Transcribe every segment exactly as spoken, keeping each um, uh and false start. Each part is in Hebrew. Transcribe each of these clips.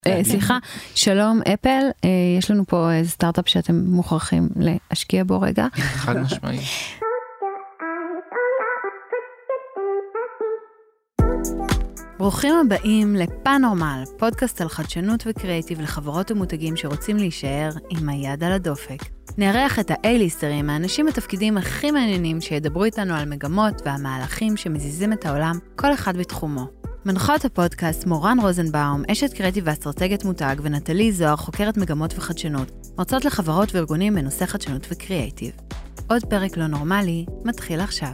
סליחה, שלום אפל, יש לנו פה סטארט-אפ שאתם מוכרחים להשקיע בו רגע. חד משמעי. ברוכים הבאים לפאנורמל, פודקאסט על חדשנות וקריאטיב לחברות ומותגים שרוצים להישאר עם היד על הדופק. נארח את האייליסטרים, האנשים התפקידים הכי מעניינים שידברו איתנו על מגמות והמהלכים שמזיזים את העולם, כל אחד בתחומו. מנחות הפודקאסט מורן רוזנבאום, אשת קריאטיב ואסטרטגית מותג, ונטלי זוהר, חוקרת מגמות וחדשנות, מרצות לחברות וארגונים בנושא חדשנות וקריאטיב. עוד פרק לא נורמלי, מתחיל עכשיו.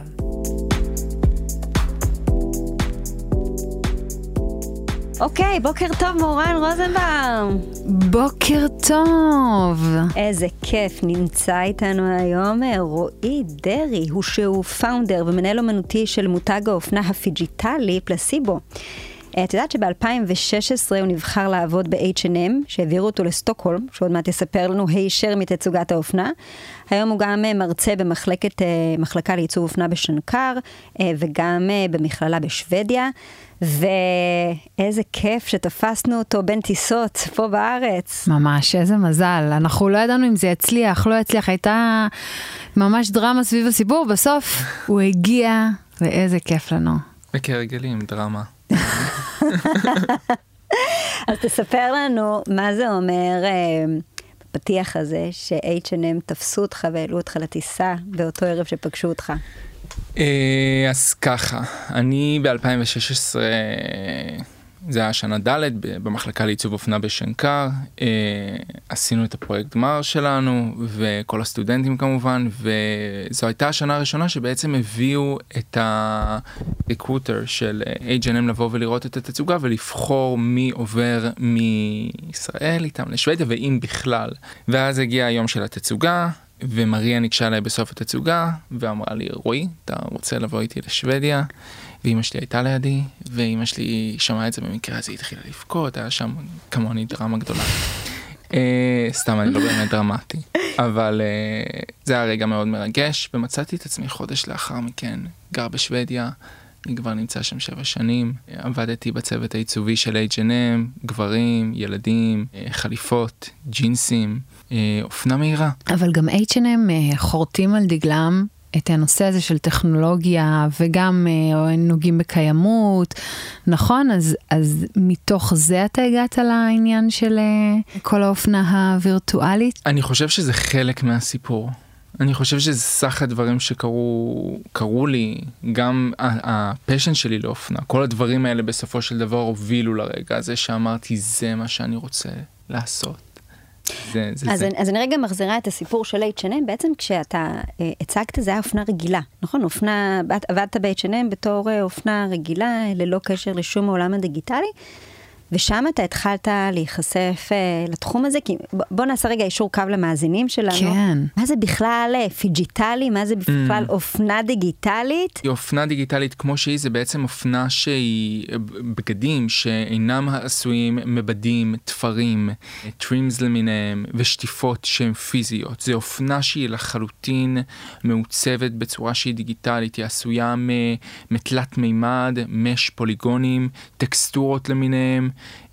אוקיי, בוקר טוב מורן רוזנבאום. בוקר טוב. איזה כיף, נמצא איתנו היום רועי דרי, הוא שהוא פאונדר ומנהל אומנותי של מותג האופנה הפיג'יטלי פלסיבו. את יודעת שב-אלפיים ושש עשרה הוא נבחר לעבוד ב-אייץ' אנד אם, שהעבירו אותו לסטוקהולם, שעוד מעט יספר לנו הישר מתצוגת האופנה. היום הוא גם מרצה במחלקת, מחלקה לעיצוב אופנה בשנקר, וגם במכללה בשוודיה. ואיזה כיף שתפסנו אותו בין טיסות פה בארץ. ממש, איזה מזל. אנחנו לא ידענו אם זה יצליח, לא יצליח. הייתה ממש דרמה סביב הסיפור. בסוף הוא הגיע, ואיזה כיף לנו. וכרגלים, דרמה. אז תספר לנו מה זה אומר בפתיח הזה ש-אייץ' אנד אם תפסו אותך והעלו אותך לטיסה באותו ערב שפגשו אותך. אז ככה, אני ב-אלפיים ושש עשרה, זה היה שנה ד' במחלקה לעיצוב אופנה בשנקר, עשינו את הפרויקט גמר שלנו וכל הסטודנטים כמובן, וזו הייתה השנה הראשונה שבעצם הביאו את הריקרוטר של אייץ' אנד אם לבוא ולראות את התצוגה ולבחור מי עובר מישראל איתם לשוודיה ואם בכלל. ואז הגיע היום של התצוגה, ומריה ניגשה אליי בסוף התצוגה, ואמרה לי, רועי, אתה רוצה לבוא איתי לשוודיה? ואמא שלי הייתה לידי, ואמא שלי שמעה את זה במקרה הזה, היא התחילה לבכות, היה שם כמוני דרמה גדולה. סתם, אני לא באמת דרמטי. אבל זה היה רגע מאוד מרגש, ומצאתי את עצמי חודש לאחר מכן, גר בשוודיה, אני כבר נמצא שם שבע שנים, עבדתי בצוות העיצובי של אייץ' אנד אם, גברים, ילדים, חליפות, ג'ינסים, אופנה מהירה. אבל גם אייץ' אנד אם חורטים על דגלם את הנושא הזה של טכנולוגיה, וגם נוגעים בקיימות, נכון? אז, אז מתוך זה אתה הגעת לעניין של כל האופנה הווירטואלית? אני חושב שזה חלק מהסיפור. אני חושב שזה סך הדברים שקרו, קרו לי, גם הפשן שלי לאופנה, כל הדברים האלה בסופו של דבר הובילו לרגע הזה שאמרתי, זה מה שאני רוצה לעשות. זה, זה, אז, זה. אני, אז אני רגע מחזירה את הסיפור של אייץ' אנד אם, בעצם כשאתה אה, הצגת זה היה אופנה רגילה, נכון? אופנה, עבדת ב-אייץ' אנד אם בתור אה, אופנה רגילה, ללא קשר לשום העולם הדיגיטלי, ושם אתה התחלת להיחשף אה, לתחום הזה, כי בוא נעשה רגע אישור קו למאזינים שלנו. כן. מה זה בכלל אה, פיג'יטלי? מה זה בכלל mm. אופנה דיגיטלית? היא אופנה דיגיטלית כמו שהיא, זה בעצם אופנה שהיא בגדים שאינם עשויים מבדים, תפרים, טרימס למיניהם ושטיפות שהן פיזיות. זה אופנה שהיא לחלוטין מעוצבת בצורה שהיא דיגיטלית, היא עשויה מתלת מימד, מש פוליגונים, טקסטורות למיניהם,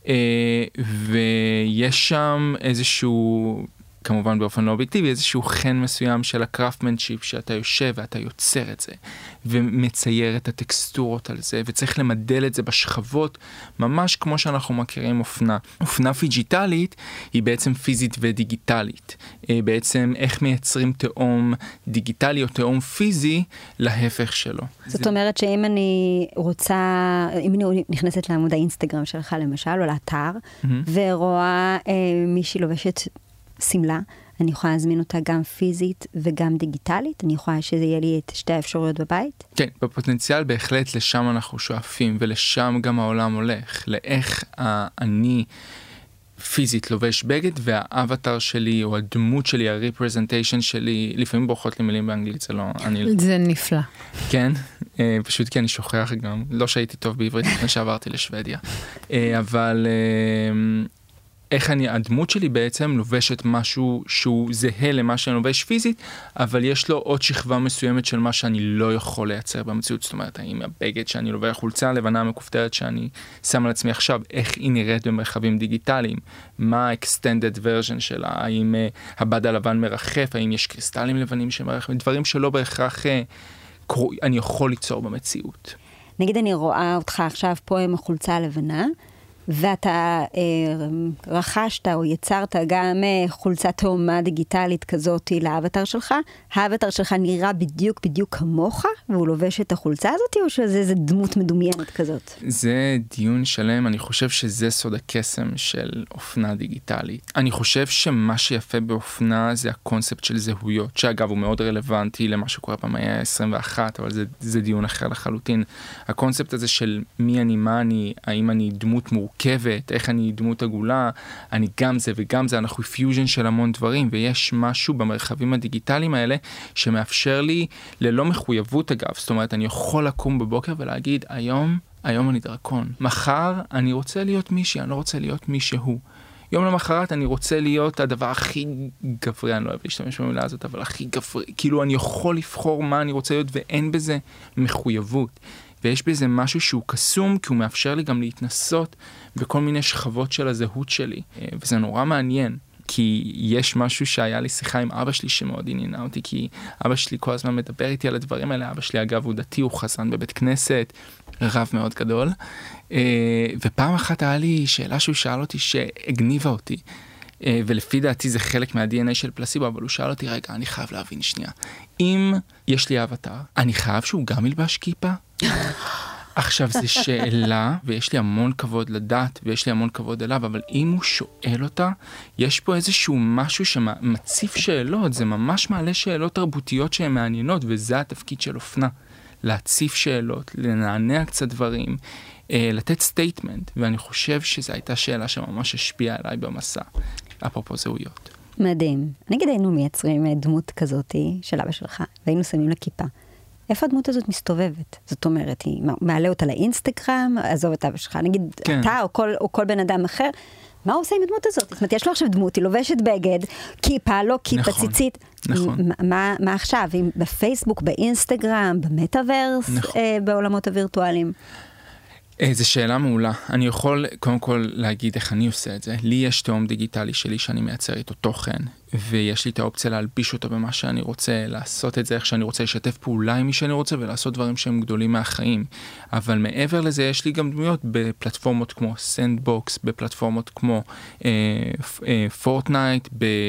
ויש שם איזשהו, כמובן באופן לא אובייקטיבי, איזשהו חן מסוים של הקראפטמנשיפ, שאתה יושב ואתה יוצר את זה, ומצייר את הטקסטורות על זה, וצריך למדל את זה בשכבות, ממש כמו שאנחנו מכירים אופנה. אופנה פיג'יטלית היא בעצם פיזית ודיגיטלית. בעצם איך מייצרים תאום דיגיטלי או תאום פיזי להפך שלו. זאת זה... אומרת שאם אני רוצה, אם אני נכנסת לעמוד האינסטגרם שלך למשל, או לאתר, mm-hmm. ורואה אה, מישהי לובשת סמלה, אני יכולה להזמין אותה גם פיזית וגם דיגיטלית? אני יכולה שזה יהיה לי את שתי האפשרויות בבית? כן, בפוטנציאל בהחלט לשם אנחנו שואפים, ולשם גם העולם הולך, לאיך אני פיזית לובש בגד, והאבטר שלי, או הדמות שלי, הריפרזנטיישן שלי, לפעמים בורחות לי מילים באנגלית, זה לא... אני... זה נפלא. כן, פשוט כי אני שוכח גם, לא שהייתי טוב בעברית לפני שעברתי לשוודיה, אבל... איך אני, הדמות שלי בעצם לובשת משהו שהוא זהה למה שאני לובש פיזית, אבל יש לו עוד שכבה מסוימת של מה שאני לא יכול לייצר במציאות. זאת אומרת, האם הבגד שאני לובש, החולצה הלבנה המכופתרת שאני שם על עצמי עכשיו, איך היא נראית במרחבים דיגיטליים, מה ה-extended version שלה, האם uh, הבד הלבן מרחף, האם יש קריסטלים לבנים שמרחפים, דברים שלא בהכרח uh, אני יכול ליצור במציאות. נגיד אני רואה אותך עכשיו פה עם החולצה הלבנה, ואתה אה, רכשת או יצרת גם אה, חולצה תאומה דיגיטלית כזאת לאבטר שלך, האבטר שלך נראה בדיוק בדיוק כמוך, והוא לובש את החולצה הזאת, או שזה איזה דמות מדומיינת כזאת? זה דיון שלם, אני חושב שזה סוד הקסם של אופנה דיגיטלית. אני חושב שמה שיפה באופנה זה הקונספט של זהויות, שאגב הוא מאוד רלוונטי למה שקורה במאה ה-עשרים ואחת, אבל זה, זה דיון אחר לחלוטין. הקונספט הזה של מי אני, מה אני, האם אני דמות מורכבת, כבת, איך אני דמות עגולה, אני גם זה וגם זה, אנחנו פיוז'ן של המון דברים, ויש משהו במרחבים הדיגיטליים האלה שמאפשר לי ללא מחויבות אגב, זאת אומרת, אני יכול לקום בבוקר ולהגיד, היום, היום אני דרקון. מחר אני רוצה להיות מישהי, אני לא רוצה להיות מישהו. יום למחרת אני רוצה להיות הדבר הכי גברי, אני לא אוהב להשתמש במילה הזאת, אבל הכי גברי, כאילו אני יכול לבחור מה אני רוצה להיות, ואין בזה מחויבות. ויש בזה משהו שהוא קסום, כי הוא מאפשר לי גם להתנסות בכל מיני שכבות של הזהות שלי. וזה נורא מעניין, כי יש משהו שהיה לי שיחה עם אבא שלי שמאוד עניינה אותי, כי אבא שלי כל הזמן מדבר איתי על הדברים האלה. אבא שלי אגב הוא דתי, הוא חזן בבית כנסת, רב מאוד גדול. ופעם אחת היה לי שאלה שהוא שאל אותי שהגניבה אותי. ולפי דעתי זה חלק מה-די אן איי של פלסיבו, אבל הוא שאל אותי, רגע, אני חייב להבין שנייה. אם יש לי אבטר, אני חייב שהוא גם ילבש כיפה? עכשיו, זו שאלה, ויש לי המון כבוד לדעת, ויש לי המון כבוד אליו, אבל אם הוא שואל אותה, יש פה איזשהו משהו שמציף שאלות, זה ממש מעלה שאלות תרבותיות שהן מעניינות, וזה התפקיד של אופנה. להציף שאלות, לנענע קצת דברים, לתת סטייטמנט, ואני חושב שזו הייתה שאלה שממש השפיעה עליי במסע, אפרופו זהויות. מדהים. נגיד היינו מייצרים דמות כזאת של אבא שלך, והיינו שמים לה כיפה. איפה הדמות הזאת מסתובבת? זאת אומרת, היא מעלה אותה לאינסטגרם, עזוב את אבא שלך, נגיד כן. אתה או כל, או כל בן אדם אחר, מה הוא עושה עם הדמות הזאת? זאת אומרת, יש לו עכשיו דמות, היא לובשת בגד, כיפה, לא כיפה, נכון, ציצית. נכון. מה, מה עכשיו? בפייסבוק, באינסטגרם, במטאברס, נכון. אה, בעולמות הווירטואליים? זו שאלה מעולה. אני יכול קודם כל להגיד איך אני עושה את זה. לי יש תאום דיגיטלי שלי שאני מייצר איתו תוכן, ויש לי את האופציה להלביש אותו במה שאני רוצה, לעשות את זה איך שאני רוצה, לשתף פעולה עם מי שאני רוצה, ולעשות דברים שהם גדולים מהחיים. אבל מעבר לזה יש לי גם דמויות בפלטפורמות כמו סנדבוקס, בפלטפורמות כמו פורטנייט,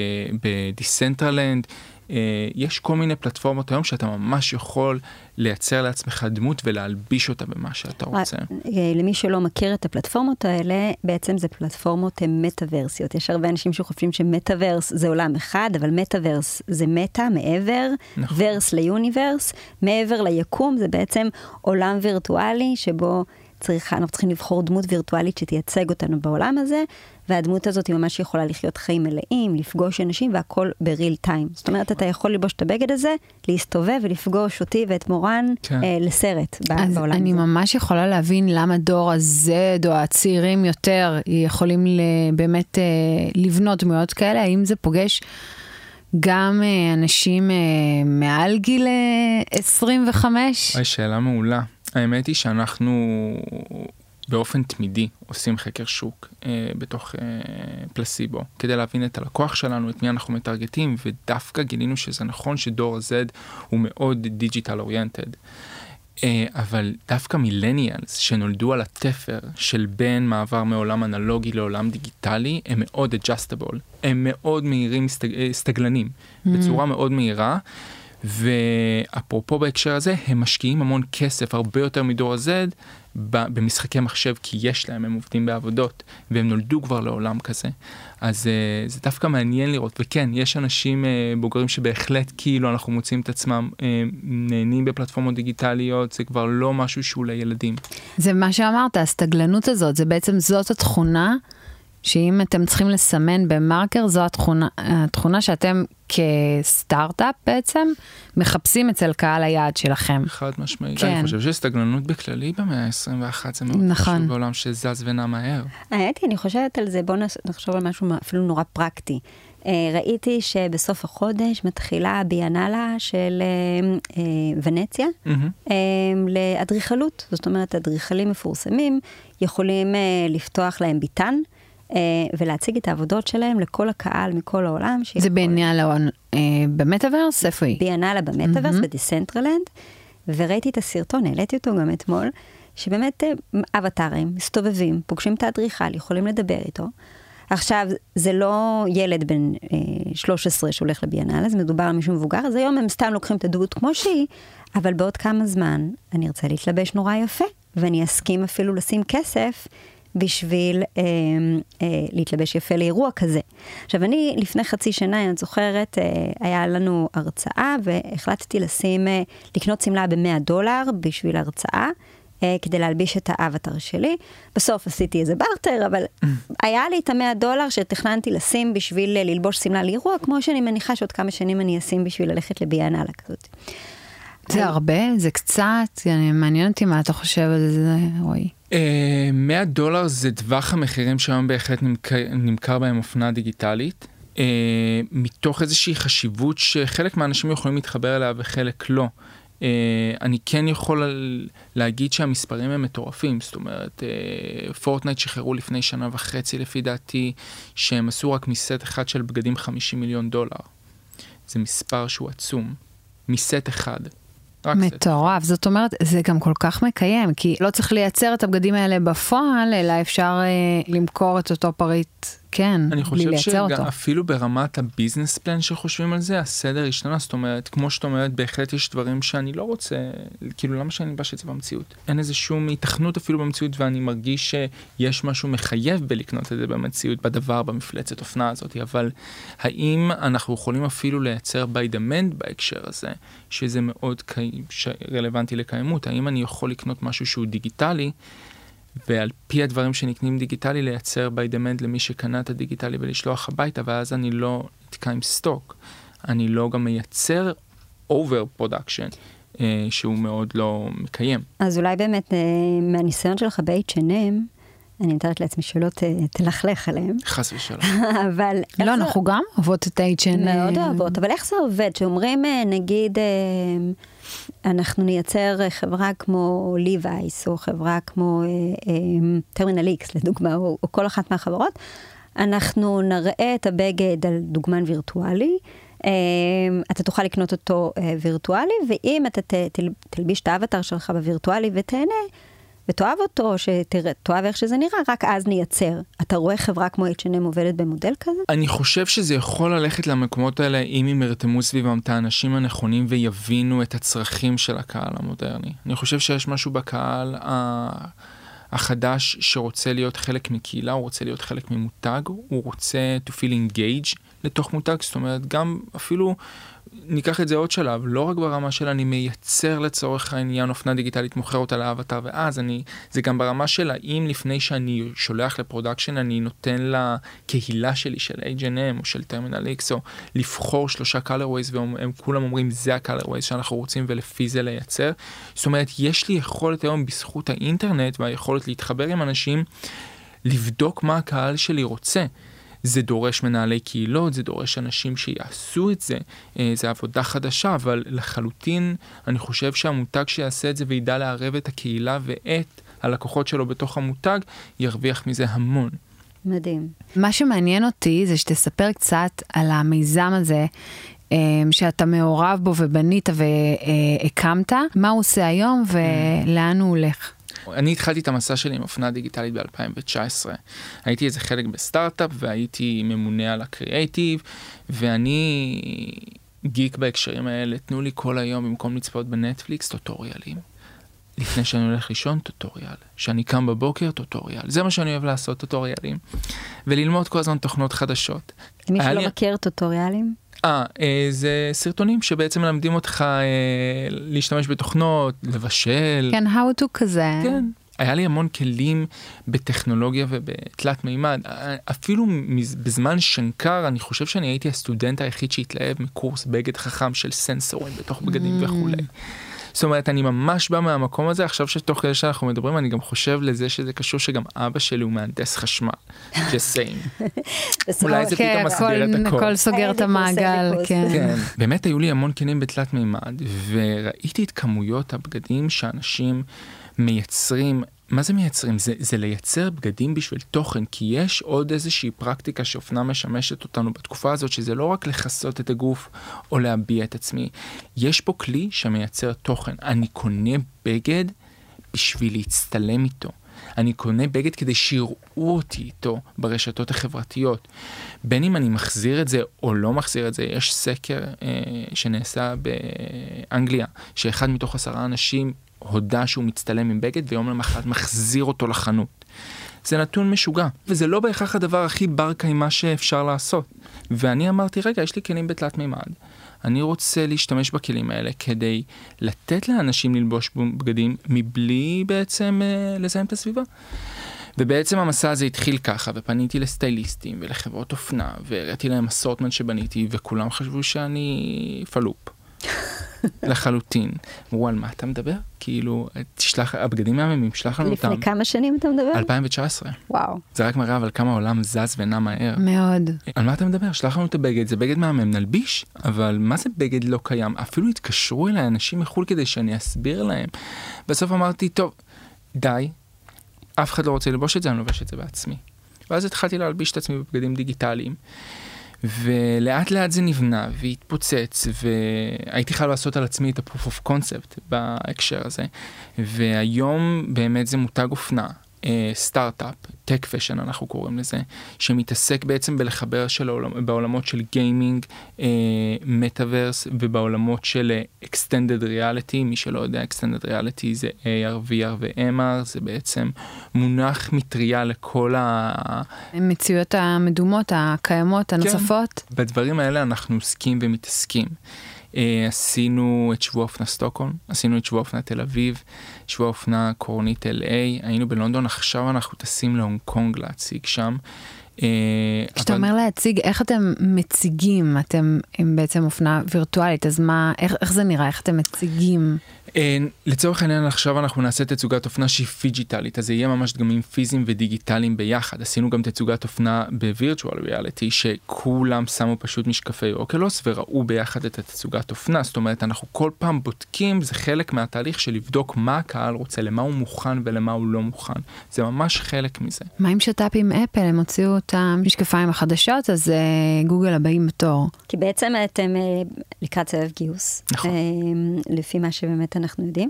בדיסנטרלנד, יש כל מיני פלטפורמות היום שאתה ממש יכול לייצר לעצמך דמות ולהלביש אותה במה שאתה רוצה. למי שלא מכיר את הפלטפורמות האלה, בעצם זה פלטפורמות מטאוורסיות. יש הרבה אנשים שחושבים שמטאוורס זה עולם אחד, אבל מטאוורס זה מטא, מעבר, נכון. ורס ליוניברס, מעבר ליקום, זה בעצם עולם וירטואלי שבו צריכה, אנחנו צריכים לבחור דמות וירטואלית שתייצג אותנו בעולם הזה, והדמות הזאת היא ממש יכולה לחיות חיים מלאים, לפגוש אנשים, והכל בריל טיים. זאת אומרת, אתה יכול לבוש את הבגד הזה, להסתובב ולפגוש אותי ואת מורן כן. אה, לסרט בעולם הזה. אז אני ממש יכולה להבין למה דור הזד או הצעירים יותר יכולים באמת אה, לבנות דמויות כאלה, האם זה פוגש גם אה, אנשים אה, מעל גיל אה, עשרים וחמש? אוי, שאלה מעולה. האמת היא שאנחנו באופן תמידי עושים חקר שוק אה, בתוך אה, פלסיבו, כדי להבין את הלקוח שלנו, את מי אנחנו מטרגטים, ודווקא גילינו שזה נכון שדור ה-Z הוא מאוד דיג'יטל אוריינטד. אה, אבל דווקא מילניאלס שנולדו על התפר של בין מעבר מעולם אנלוגי לעולם דיגיטלי, הם מאוד adjustable, הם מאוד מהירים, סטג, סטגלנים, mm-hmm. בצורה מאוד מהירה, ואפרופו בהקשר הזה, הם משקיעים המון כסף, הרבה יותר מדור ה-Z, במשחקי מחשב, כי יש להם, הם עובדים בעבודות, והם נולדו כבר לעולם כזה. אז זה דווקא מעניין לראות, וכן, יש אנשים בוגרים שבהחלט כאילו אנחנו מוצאים את עצמם נהנים בפלטפורמות דיגיטליות, זה כבר לא משהו שהוא לילדים. זה מה שאמרת, הסתגלנות הזאת, זה בעצם זאת התכונה שאם אתם צריכים לסמן במרקר, זו התכונה, התכונה שאתם כסטארט-אפ בעצם מחפשים אצל קהל היעד שלכם. חד משמעית. כן. אני חושב שהסתגלנות בכללי במאה ה-עשרים ואחת זה מאוד נכון. חשוב בעולם שזז ונע מהר. האמת היא, אני חושבת על זה, בואו נחשוב על משהו אפילו נורא פרקטי. ראיתי שבסוף החודש מתחילה ביאנלה של ונציה Mm-hmm. לאדריכלות. זאת אומרת, אדריכלים מפורסמים יכולים לפתוח להם ביתן, ולהציג את העבודות שלהם לכל הקהל מכל העולם. זה ביאנלה במטאברס? איפה היא? ביאנלה במטאברס, בדיסנטרלנד, וראיתי את הסרטון, העליתי אותו גם אתמול, שבאמת אבטרים מסתובבים, פוגשים את האדריכל, יכולים לדבר איתו. עכשיו, זה לא ילד בן אה, שלוש עשרה שהולך לביאנלה, זה מדובר על מישהו מבוגר, אז היום הם סתם לוקחים את הדמות כמו שהיא, אבל בעוד כמה זמן אני ארצה להתלבש נורא יפה, ואני אסכים אפילו לשים כסף בשביל אה, אה, להתלבש יפה לאירוע כזה. עכשיו, אני לפני חצי שנה, אני זוכרת, אה, היה לנו הרצאה, והחלטתי לשים, אה, לקנות סמלה ב-מאה דולר בשביל הרצאה, כדי להלביש את האבטר שלי. בסוף עשיתי איזה בארטר, אבל היה לי את המאה דולר שתכננתי לשים בשביל ללבוש סמלה לאירוע, כמו שאני מניחה שעוד כמה שנים אני אשים בשביל ללכת לביאנלה כזאת. זה הרבה? זה קצת? מעניין אותי מה אתה חושב על זה, רועי. מאה דולר זה טווח המחירים שהיום בהחלט נמכר בהם אופנה דיגיטלית, מתוך איזושהי חשיבות שחלק מהאנשים יכולים להתחבר אליה וחלק לא. Uh, אני כן יכול להגיד שהמספרים הם מטורפים, זאת אומרת, פורטנייט uh, שחררו לפני שנה וחצי לפי דעתי, שהם עשו רק מסט אחד של בגדים חמישים מיליון דולר. זה מספר שהוא עצום. מסט אחד. מטורף, זאת אומרת, זה גם כל כך מקיים, כי לא צריך לייצר את הבגדים האלה בפועל, אלא אפשר uh, למכור את אותו פריט, כן, בלי לייצר אותו. אני חושב שאפילו ברמת הביזנס פלן שחושבים על זה, הסדר השתנה, זאת אומרת, כמו שאת אומרת, בהחלט יש דברים שאני לא רוצה, כאילו למה שאני נלבש את זה במציאות? אין איזה שום התכנות אפילו במציאות, ואני מרגיש שיש משהו מחייב בלקנות את זה במציאות, בדבר, במפלצת אופנה הזאת, אבל האם אנחנו יכולים אפילו לייצר by demand בהקשר הזה, שזה מאוד רלוונטי לקיימות? האם אני יכול לקנות משהו שהוא דיגיטלי, ועל פי הדברים שנקנים דיגיטלי, לייצר by demand למי שקנה את הדיגיטלי ולשלוח הביתה, ואז אני לא נתקע עם סטוק. אני לא גם מייצר over production, אה, שהוא מאוד לא מקיים. אז אולי באמת, אה, מהניסיון שלך ב-אייץ' אנד אם, אני מתארת לעצמי שלא ת, תלכלך עליהם. חס ושלום. אבל... לא, אנחנו גם אוהבות את אייץ' אנד אם. מאוד אוהבות, אבל איך זה עובד? שאומרים, נגיד... אנחנו נייצר חברה כמו ליווייס, או חברה כמו טרמינל איקס, לדוגמה, או, או כל אחת מהחברות, אנחנו נראה את הבגד על דוגמן וירטואלי, אתה תוכל לקנות אותו וירטואלי, ואם אתה ת, תל, תלביש את האבטר שלך בווירטואלי ותהנה, ותאהב אותו, שתאהב איך שזה נראה, רק אז נייצר. אתה רואה חברה כמו אייץ' אנד אם עובדת במודל כזה? אני חושב שזה יכול ללכת למקומות האלה, אם הם ירתמו סביבם את האנשים הנכונים, ויבינו את הצרכים של הקהל המודרני. אני חושב שיש משהו בקהל החדש, שרוצה להיות חלק מקהילה, הוא רוצה להיות חלק ממותג, הוא רוצה to feel engaged לתוך מותג, זאת אומרת, גם אפילו... ניקח את זה עוד שלב, לא רק ברמה של אני מייצר לצורך העניין אופנה דיגיטלית, מוכר אותה לאבטר, ואז אני, זה גם ברמה של האם לפני שאני שולח לפרודקשן, אני נותן לקהילה שלי של אייץ' אנד אם או של טרמינל איקס, או לבחור שלושה colorways, והם כולם אומרים, זה ה-colorways שאנחנו רוצים, ולפי זה לייצר. זאת אומרת, יש לי יכולת היום בזכות האינטרנט, והיכולת להתחבר עם אנשים, לבדוק מה הקהל שלי רוצה. זה דורש מנהלי קהילות, זה דורש אנשים שיעשו את זה, זה עבודה חדשה, אבל לחלוטין אני חושב שהמותג שיעשה את זה וידע לערב את הקהילה ואת הלקוחות שלו בתוך המותג, ירוויח מזה המון. מדהים. מה שמעניין אותי זה שתספר קצת על המיזם הזה, שאתה מעורב בו ובנית והקמת, מה הוא עושה היום ולאן הוא הולך. אני התחלתי את המסע שלי עם אופנה דיגיטלית ב-אלפיים תשע עשרה. הייתי איזה חלק בסטארט-אפ, והייתי ממונה על הקריאייטיב, ואני גיק בהקשרים האלה, תנו לי כל היום, במקום לצפות בנטפליקס, טוטוריאלים. לפני שאני הולך לישון, טוטוריאל. שאני קם בבוקר, טוטוריאל. זה מה שאני אוהב לעשות, טוטוריאלים. וללמוד כל הזמן תוכנות חדשות. מי שלא לי... מכיר טוטוריאלים? אה, זה סרטונים שבעצם מלמדים אותך אה, להשתמש בתוכנות, לבשל. כן, how to כזה. כן. היה לי המון כלים בטכנולוגיה ובתלת מימד. אפילו בזמן שנקר, אני חושב שאני הייתי הסטודנט היחיד שהתלהב מקורס בגד חכם של סנסורים בתוך בגדים וכו'. זאת אומרת, אני ממש בא מהמקום הזה, עכשיו שתוך כדי שאנחנו מדברים, אני גם חושב לזה שזה קשור שגם אבא שלי הוא מהנדס חשמל. just saying. אולי זה פתאום מסביר את הכל. הכל סוגר את המעגל, כן. באמת היו לי המון כלים בתלת מימד, וראיתי את כמויות הבגדים שאנשים מייצרים. מה זה מייצרים? זה, זה לייצר בגדים בשביל תוכן, כי יש עוד איזושהי פרקטיקה שאופנה משמשת אותנו בתקופה הזאת, שזה לא רק לחסות את הגוף או להביע את עצמי. יש פה כלי שמייצר תוכן. אני קונה בגד בשביל להצטלם איתו. אני קונה בגד כדי שיראו אותי איתו ברשתות החברתיות. בין אם אני מחזיר את זה או לא מחזיר את זה, יש סקר אה, שנעשה באנגליה, שאחד מתוך עשרה אנשים הודע שהוא מצטלם עם בגד, ויום למחרת מחזיר אותו לחנות. זה נתון משוגע, וזה לא בהכרח הדבר הכי בר קיימא שאפשר לעשות. ואני אמרתי, רגע, יש לי כלים בתלת מימד. אני רוצה להשתמש בכלים האלה כדי לתת לאנשים ללבוש בגדים מבלי בעצם אה, לזהם את הסביבה. ובעצם המסע הזה התחיל ככה, ופניתי לסטייליסטים ולחברות אופנה, והראיתי להם אסורטמנט שבניתי, וכולם חשבו שאני פלופ. לחלוטין. אמרו, על מה אתה מדבר? כאילו, תשלח, הבגדים מהממים, שלח לנו אותם. לפני כמה שנים אתה מדבר? אלפיים תשע עשרה. וואו. זה רק מראה, אבל כמה העולם זז ונע מהר. מאוד. על מה אתה מדבר? שלח לנו את הבגד, זה בגד מהמם, נלביש, אבל מה זה בגד לא קיים? אפילו התקשרו אליי אנשים מחול כדי שאני אסביר להם. בסוף אמרתי, טוב, די, אף אחד לא רוצה ללבוש את זה, אני לובש את זה בעצמי. ואז התחלתי להלביש את עצמי בבגדים דיגיטליים. ולאט לאט זה נבנה והתפוצץ, והייתי חייב לעשות על עצמי את ה-proof of concept בהקשר הזה. והיום באמת זה מותג אופנה, סטארט-אפ, טק פשן אנחנו קוראים לזה, שמתעסק בעצם בלחבר של העולם, בעולמות של גיימינג, מטאברס, ובעולמות של extended reality. מי שלא יודע, extended reality זה איי אר, וי אר ו-אם אר, זה בעצם מונח מטריה לכל ה... המציאויות המדומות, הקיימות, הנוספות. כן. בדברים האלה אנחנו עוסקים ומתעסקים. Uh, עשינו את שבוע אופנה סטוקהולם, עשינו את שבוע אופנה תל אביב, שבוע אופנה קורנית אל איי, היינו בלונדון, עכשיו אנחנו טסים להונג קונג להציג שם. כשאתה אומר להציג, איך אתם מציגים? אתם עם בעצם אופנה וירטואלית, אז מה, איך, איך זה נראה? איך אתם מציגים? לצורך העניין, עכשיו אנחנו נעשה תצוגת אופנה שהיא פיג'יטלית, אז זה יהיה ממש דגמים פיזיים ודיגיטליים ביחד. עשינו גם תצוגת אופנה בווירטואל ריאליטי, שכולם שמו פשוט משקפי אוקולוס וראו ביחד את התצוגת אופנה. זאת אומרת, אנחנו כל פעם בודקים, זה חלק מהתהליך של לבדוק מה הקהל רוצה, למה הוא מוכן ולמה הוא לא מוכן. זה ממש חלק מזה. מה עם שת"פ עם אפל? הם הוציאו את המשקפיים החדשות, אז גוגל הבאים בתור. כי בעצם אתם לקראת סבב גיוס. נכון. לפי מה שבאמת אנחנו יודעים.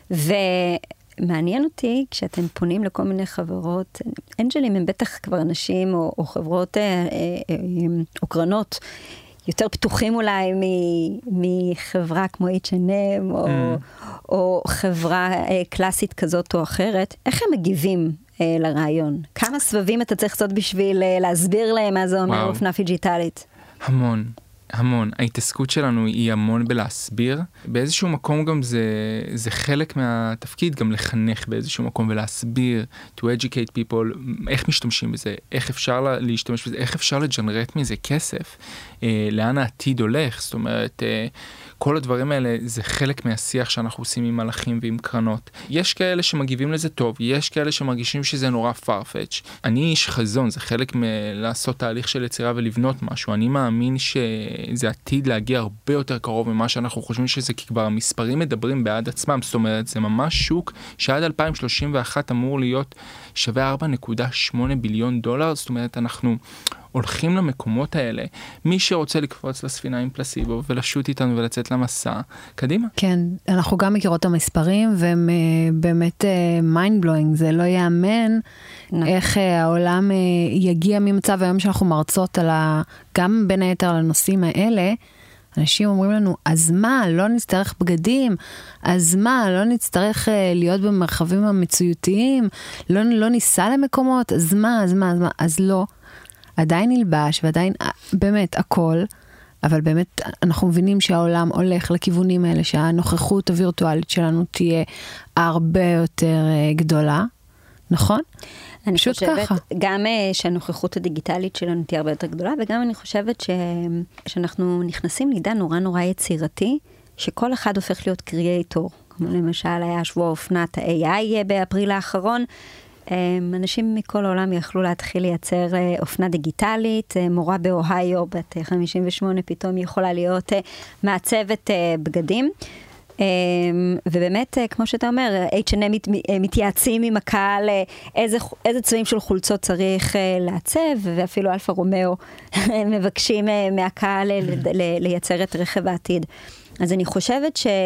ומעניין אותי, כשאתם פונים לכל מיני חברות, אנג'לים הם בטח כבר אנשים או, או חברות או קרנות יותר פתוחים אולי מחברה כמו אייץ' אנד אם או, mm. או חברה קלאסית כזאת או אחרת. איך הם מגיבים לרעיון? כמה סבבים אתה צריך לעשות בשביל להסביר להם מה זה אומר אופנה פיג'יטלית? המון. המון. ההתעסקות שלנו היא המון בלהסביר. באיזשהו מקום גם זה, זה חלק מהתפקיד, גם לחנך באיזשהו מקום ולהסביר, to educate people, איך משתמשים בזה, איך אפשר להשתמש בזה, איך אפשר לג'נרט מזה כסף, אה, לאן העתיד הולך. זאת אומרת, אה, כל הדברים האלה זה חלק מהשיח שאנחנו עושים עם מלאכים ועם קרנות. יש כאלה שמגיבים לזה טוב, יש כאלה שמרגישים שזה נורא farfetch. אני איש חזון, זה חלק מלעשות תהליך של יצירה ולבנות משהו. אני מאמין שזה עתיד להגיע הרבה יותר קרוב ממה שאנחנו חושבים שזה, כי כבר המספרים מדברים בעד עצמם. זאת אומרת, זה ממש שוק שעד אלפיים שלושים ואחת אמור להיות שווה ארבע נקודה שמונה ביליון דולר. זאת אומרת, אנחנו הולכים למקומות האלה. מי שרוצה לקפוץ לספינה עם פלסיבו ולשוט איתנו ולצאת למסע, קדימה. כן, אנחנו גם מכירות את המספרים, והם באמת mind blowing, זה לא יאמן איך העולם יגיע ממצב היום שאנחנו מרצות על ה... גם בין היתר על הנושאים האלה, אנשים אומרים לנו, אז מה, לא נצטרך בגדים, אז מה, לא נצטרך להיות במרחבים המצויותיים, לא, לא ניסע למקומות, אז מה, אז מה, אז מה, אז לא. עדיין נלבש, ועדיין באמת הכל, אבל באמת אנחנו מבינים שהעולם הולך לכיוונים האלה, שהנוכחות הווירטואלית שלנו תהיה הרבה יותר גדולה, נכון? אני פשוט חושבת ככה. גם uh, שהנוכחות הדיגיטלית שלנו תהיה הרבה יותר גדולה, וגם אני חושבת ש... שאנחנו נכנסים לעידן נורא נורא יצירתי, שכל אחד הופך להיות קריאייטור. כמו למשל היה שבוע אופנת ה-איי איי באפריל האחרון, אנשים מכל העולם יכלו להתחיל לייצר אופנה דיגיטלית, מורה באוהיו בת חמישים ושמונה פתאום יכולה להיות מעצבת בגדים, ובאמת כמו שאתה אומר, אייץ' אנד אם מתייעצים עם הקהל איזה, איזה צבעים של חולצות צריך לעצב, ואפילו אלפה רומאו מבקשים מהקהל לייצר את רכב העתיד. אז אני חושבת ש...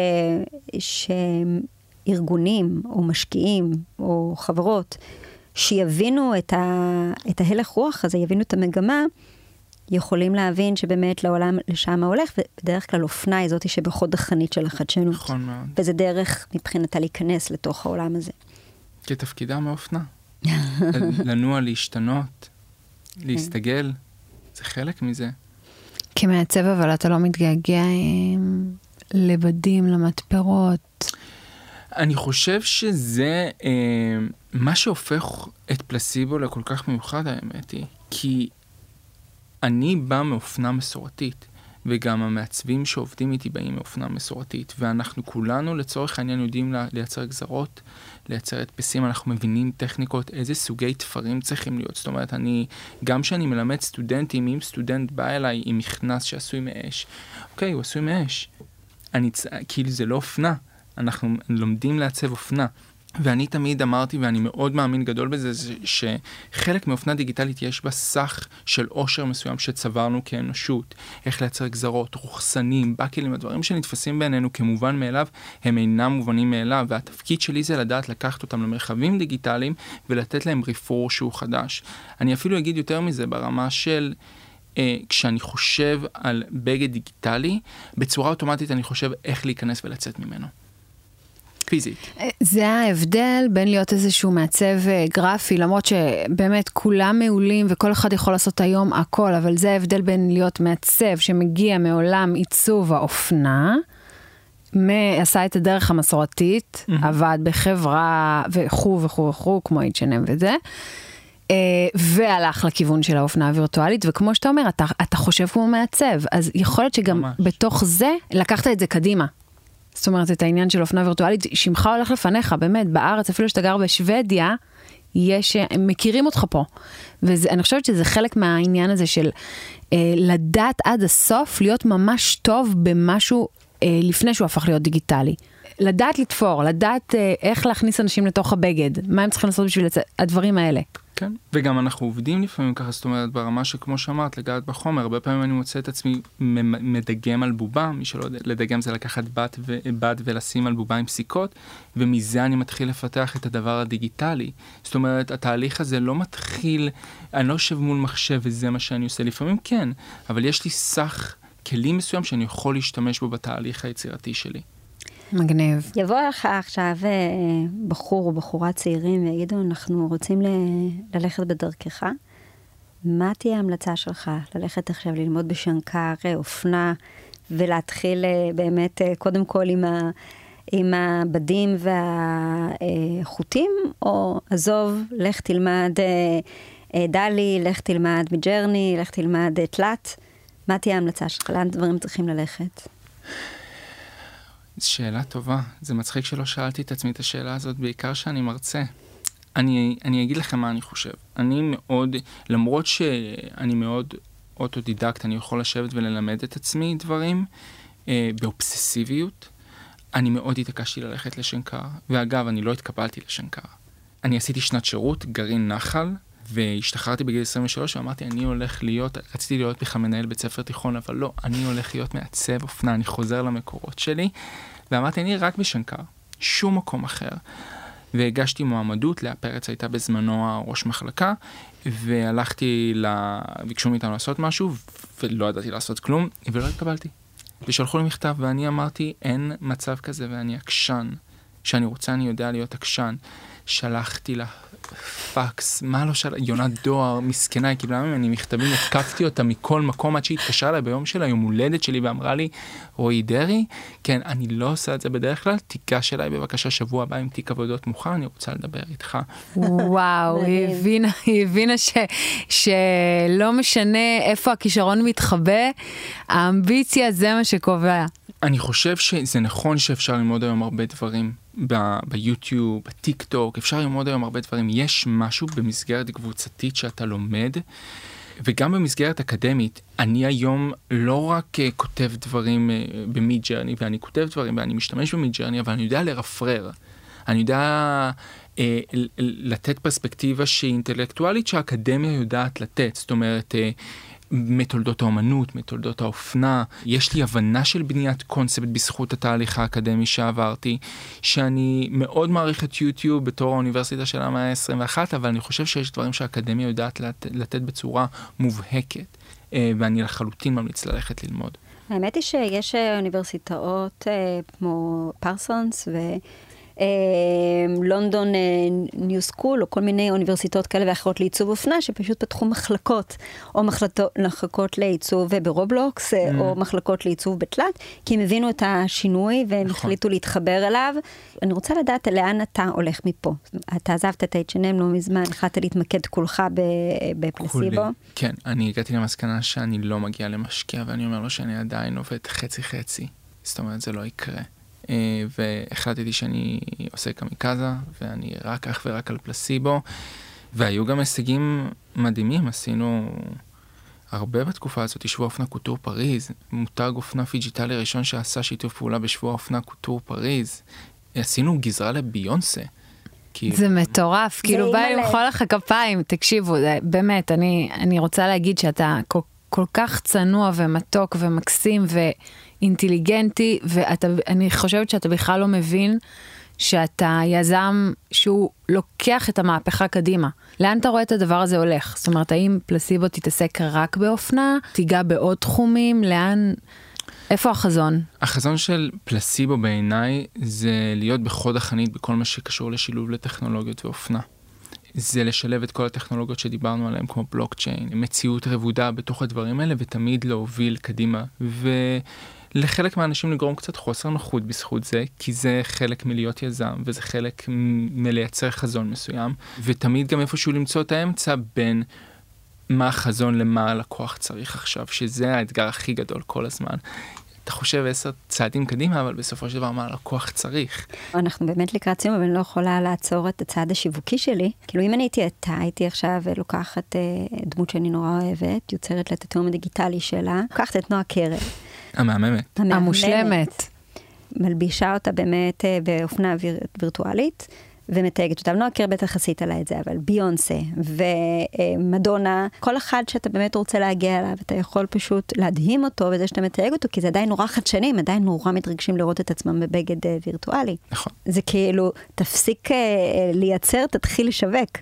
שארגונים או משקיעים או חברות שיבינו את, ה... את ההלך רוח הזה, יבינו את המגמה, יכולים להבין שבאמת לעולם לשם הולך, ובדרך כלל אופנה היא זאת שבחוד החנית של החדשנות. נכון מאוד. וזה דרך מבחינתה להיכנס לתוך העולם הזה. כתפקידה מאופנה. לנוע, להשתנות, להסתגל, זה חלק מזה. כמעצב, אבל אתה לא מתגעגע לבדים, למתפרות. אני חושב שזה אה, מה שהופך את פלסיבו לכל כך מיוחד, האמת היא. כי אני בא מאופנה מסורתית, וגם המעצבים שעובדים איתי באים מאופנה מסורתית, ואנחנו כולנו לצורך העניין יודעים לייצר גזרות, לייצר הדפסים, אנחנו מבינים טכניקות, איזה סוגי תפרים צריכים להיות. זאת אומרת, אני, גם שאני מלמד סטודנטים, אם סטודנט בא אליי עם מכנס שעשוי מאש, אוקיי, הוא עשוי מאש. אני, כאילו זה לא אופנה, אנחנו לומדים לעצב אופנה. ואני תמיד אמרתי, ואני מאוד מאמין גדול בזה, זה שחלק מאופנה דיגיטלית יש בה סך של עושר מסוים שצברנו כאנושות. איך לייצר גזרות, רוחסנים, בקלים, הדברים שנתפסים בעינינו כמובן מאליו, הם אינם מובנים מאליו, והתפקיד שלי זה לדעת לקחת אותם למרחבים דיגיטליים, ולתת להם ריפור שהוא חדש. אני אפילו אגיד יותר מזה, ברמה של... אה, כשאני חושב על בגד דיגיטלי, בצורה אוטומטית אני חושב איך להיכנס ולצאת ממנו. פיזית. זה ההבדל בין להיות איזשהו מעצב גרפי, למרות שבאמת כולם מעולים וכל אחד יכול לעשות היום הכל, אבל זה ההבדל בין להיות מעצב שמגיע מעולם עיצוב האופנה, עשה את הדרך המסורתית, mm-hmm. עבד בחברה וכו' וכו' וכו', כמו אייץ' אנד אם וזה, והלך לכיוון של האופנה הווירטואלית, וכמו שאתה אומר, אתה, אתה חושב כמו מעצב, אז יכול להיות שגם ממש. בתוך זה לקחת את זה קדימה. זאת אומרת, את העניין של אופנה וירטואלית, שמך הולך לפניך, באמת, בארץ, אפילו שאתה גר בשוודיה, יש, הם מכירים אותך פה. ואני חושבת שזה חלק מהעניין הזה של אה, לדעת עד הסוף, להיות ממש טוב במשהו אה, לפני שהוא הפך להיות דיגיטלי. לדעת לתפור, לדעת אה, איך להכניס אנשים לתוך הבגד, מה הם צריכים לעשות בשביל הצ... הדברים האלה. כן, וגם אנחנו עובדים לפעמים ככה, זאת אומרת, ברמה שכמו שאמרת, לגעת בחומר, הרבה פעמים אני מוצא את עצמי מדגם על בובה, מי שלא לדגם זה לקחת בת ובד ולשים על בובה עם סיכות, ומזה אני מתחיל לפתח את הדבר הדיגיטלי. זאת אומרת, התהליך הזה לא מתחיל, אני לא יושב מול מחשב וזה מה שאני עושה, לפעמים כן, אבל יש לי סך כלים מסוים שאני יכול להשתמש בו בתהליך היצירתי שלי. מגניב. יבוא לך עכשיו בחור או בחורה צעירים ויגידו, אנחנו רוצים ל- ללכת בדרכך. מה תהיה ההמלצה שלך? ללכת עכשיו ללמוד בשנקר, אופנה, ולהתחיל באמת קודם כל עם, ה- עם הבדים והחוטים, או עזוב, לך תלמד דלי, לך תלמד מג'רני, לך תלמד תלת. מה תהיה ההמלצה שלך? לאן דברים צריכים ללכת? שאלה טובה. זה מצחיק שלא שאלתי את עצמי את השאלה הזאת, בעיקר שאני מרצה. אני, אני אגיד לכם מה אני חושב. אני מאוד, למרות שאני מאוד אוטודידקט, אני יכול לשבת וללמד את עצמי דברים אה, באובססיביות, אני מאוד התעקשתי ללכת לשנקר. ואגב, אני לא התקבלתי לשנקר. אני עשיתי שנת שירות, גרעין נחל, והשתחררתי בגיל עשרים ושלוש, ואמרתי, אני הולך להיות, רציתי להיות בכלל מנהל בית ספר תיכון, אבל לא, אני הולך להיות מעצב אופנה, אני חוזר למקורות שלי, ואמרתי, אני רק בשנקר, שום מקום אחר. והגשתי מועמדות, לאה פרץ הייתה בזמנו הראש מחלקה, והלכתי, ביקשו מאיתנו לעשות משהו, ולא ידעתי לעשות כלום, ולא התקבלתי. ושלחו לי מכתב, ואני אמרתי, אין מצב כזה, ואני עקשן. שאני רוצה, אני יודע להיות עקשן. שלחתי לה פקס, מה לא שלח, יונת דואר, מסכנה, היא קיבלה ממני מכתבים, התקפתי אותה מכל מקום, עד שהיא התקשרה אליי ביום של היום הולדת שלי, ואמרה לי, רועי דרי, כן, אני לא עושה את זה בדרך כלל, תיגש אליי בבקשה שבוע הבא עם תיק עבודות מוכן, אני רוצה לדבר איתך. וואו, היא הבינה, היא הבינה ש, שלא משנה איפה הכישרון מתחבא, האמביציה זה מה שקובע. אני חושב שזה נכון שאפשר ללמוד היום הרבה דברים ב- ביוטיוב, בטיק טוק, אפשר ללמוד היום הרבה דברים. יש משהו במסגרת קבוצתית שאתה לומד, וגם במסגרת אקדמית. אני היום לא רק uh, כותב דברים uh, במידג'רני, ואני כותב דברים ואני משתמש במידג'רני, אבל אני יודע לרפרר. אני יודע uh, לתת פרספקטיבה שהיא אינטלקטואלית שהאקדמיה יודעת לתת. זאת אומרת, uh, מתולדות האומנות, מתולדות האופנה. יש לי הבנה של בניית קונספט בזכות התהליך האקדמי שעברתי, שאני מאוד מעריך את יוטיוב בתור האוניברסיטה של המאה ה-עשרים ואחת, אבל אני חושב שיש דברים שהאקדמיה יודעת לת, לתת בצורה מובהקת, ואני לחלוטין ממליץ ללכת ללמוד. האמת היא שיש אוניברסיטאות כמו פרסונס ו... לונדון ניו סקול, או כל מיני אוניברסיטאות כאלה ואחרות לעיצוב אופנה, שפשוט פתחו מחלקות, או מחלקות לעיצוב ברובלוקס, או מחלקות לעיצוב בתלת, כי הם הבינו את השינוי, והם החליטו להתחבר אליו. אני רוצה לדעת לאן אתה הולך מפה. אתה עזבת את אייץ' אנד אם לא מזמן, החלטת להתמקד כולך בפלסיבו. כן, אני הגעתי למסקנה שאני לא מגיע למשקיע, ואני אומר לו שאני עדיין עובד חצי חצי. זאת אומרת, זה לא יקרה. והחלטתי שאני עושה קמיקזה, ואני רק אך ורק על פלסיבו, והיו גם הישגים מדהימים. עשינו הרבה בתקופה הזאת, שבוע אופנה קוטור פריז, מותג אופנה פיג'יטלי ראשון שעשה שיתוף פעולה בשבוע אופנה קוטור פריז. עשינו גזרה לביונסה. זה מטורף, כאילו בא למחוא לך כפיים. תקשיבו, באמת, אני רוצה להגיד שאתה כל כך צנוע ומתוק ומקסים ו... אינטליגנטי, ואני חושבת שאתה בכלל לא מבין שאתה יזם שהוא לוקח את המהפכה קדימה. לאן אתה רואה את הדבר הזה הולך? זאת אומרת, האם פלסיבו תתעסק רק באופנה? תיגע בעוד תחומים? לאן? איפה החזון? החזון של פלסיבו בעיניי זה להיות בחוד החנית בכל מה שקשור לשילוב לטכנולוגיות ואופנה. זה לשלב את כל הטכנולוגיות שדיברנו עליהן, כמו בלוקצ'יין, מציאות רבודה בתוך הדברים האלה, ותמיד להוביל קדימה. ולחלק מהאנשים לגרום קצת חוסר נוחות בזכות זה, כי זה חלק מלהיות יזם, וזה חלק מלייצר חזון מסוים, ותמיד גם איפשהו למצוא את האמצע בין מה החזון למה הלקוח צריך עכשיו, שזה האתגר הכי גדול כל הזמן. אתה חושב עשר צעדים קדימה, אבל בסופו של דבר מה הלקוח צריך. אנחנו באמת לקראת סיום, אבל אני לא יכולה לעצור את הצעד השיווקי שלי. כאילו אם אני הייתי אתה, הייתי עכשיו לוקחת דמות שאני נורא אוהבת, יוצרת את התאום הדיגיטלי שלה, לוקחת את נועה קרן. המהממת. המושלמת. מלבישה אותה באמת באופנה וירטואלית, ומתייגת אותה. נועה קרן בטח עשית לה את זה, אבל ביונסה ומדונה, כל אחד שאתה באמת רוצה להגיע אליו, אתה יכול פשוט להדהים אותו בזה שאתה מתייג אותו, כי זה עדיין נורא חדשנים, עדיין נורא מתרגשים לראות את עצמם בבגד וירטואלי. נכון. זה כאילו, תפסיק לייצר, תתחיל לשווק.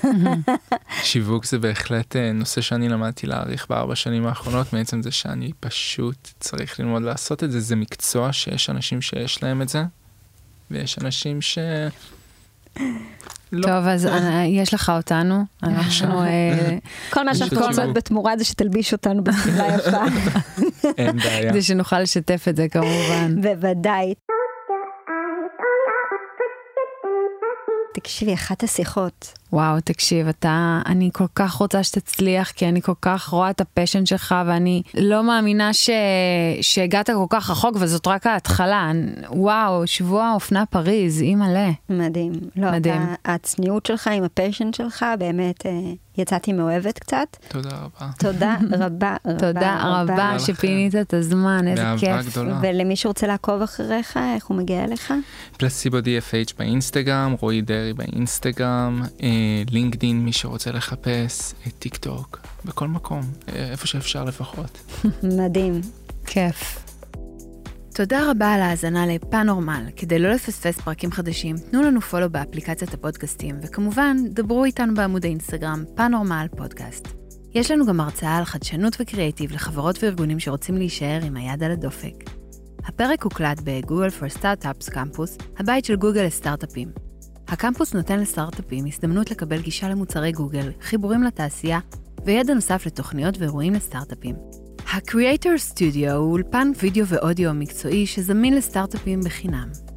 שיווק זה בהחלט נושא שאני למדתי להעריך בארבע שנים האחרונות, מעצם זה שאני פשוט צריך ללמוד לעשות את זה. זה מקצוע שיש אנשים שיש להם את זה, ויש אנשים ש... טוב, אז יש לך אותנו. אנחנו... כל מה שאנחנו רוצות בתמורה זה שתלביש אותנו בסביבה יפה. אין בעיה. זה שנוכל לשתף את זה כמובן. בוודאי. תקשיבי, אחת השיחות. וואו, תקשיב, אתה, אני כל כך רוצה שתצליח, כי אני כל כך רואה את הפשן שלך, ואני לא מאמינה ש, שהגעת כל כך רחוק, וזאת רק ההתחלה. וואו, שבוע אופנה פריז, היא מלא. מדהים. לא, מדהים. אתה, הצניעות שלך עם הפשן שלך, באמת יצאתי מאוהבת קצת. תודה רבה. תודה רבה, רבה. תודה רבה שפינית את הזמן, איזה כיף. גדולה. ולמי שרוצה לעקוב אחריך, איך הוא מגיע אליך? פלסיבו די אף אייץ' באינסטגרם, רועי דרי באינסטגרם, לינקדין, מי שרוצה לחפש, טיק טוק, בכל מקום, איפה שאפשר לפחות. מדהים. כיף. תודה רבה על ההאזנה לפאנורמל. כדי לא לפספס פרקים חדשים, תנו לנו פולו באפליקציית הפודקאסטים, וכמובן, דברו איתנו בעמוד האינסטגרם, פאנורמל פודקאסט. יש לנו גם הרצאה על חדשנות וקריאטיב לחברות וארגונים שרוצים להישאר עם היד על הדופק. הפרק הוקלט בגוגל for Startups קמפוס, הבית של גוגל לסטארט-אפים. הקמפוס נותן לסטארט-אפים הזדמנות לקבל גישה למוצרי גוגל, חיבורים לתעשייה וידע נוסף לתוכניות ואירועים לסטארט-אפים. ה-Creator Studio הוא אולפן וידאו ואודיו מקצועי שזמין לסטארט-אפים בחינם.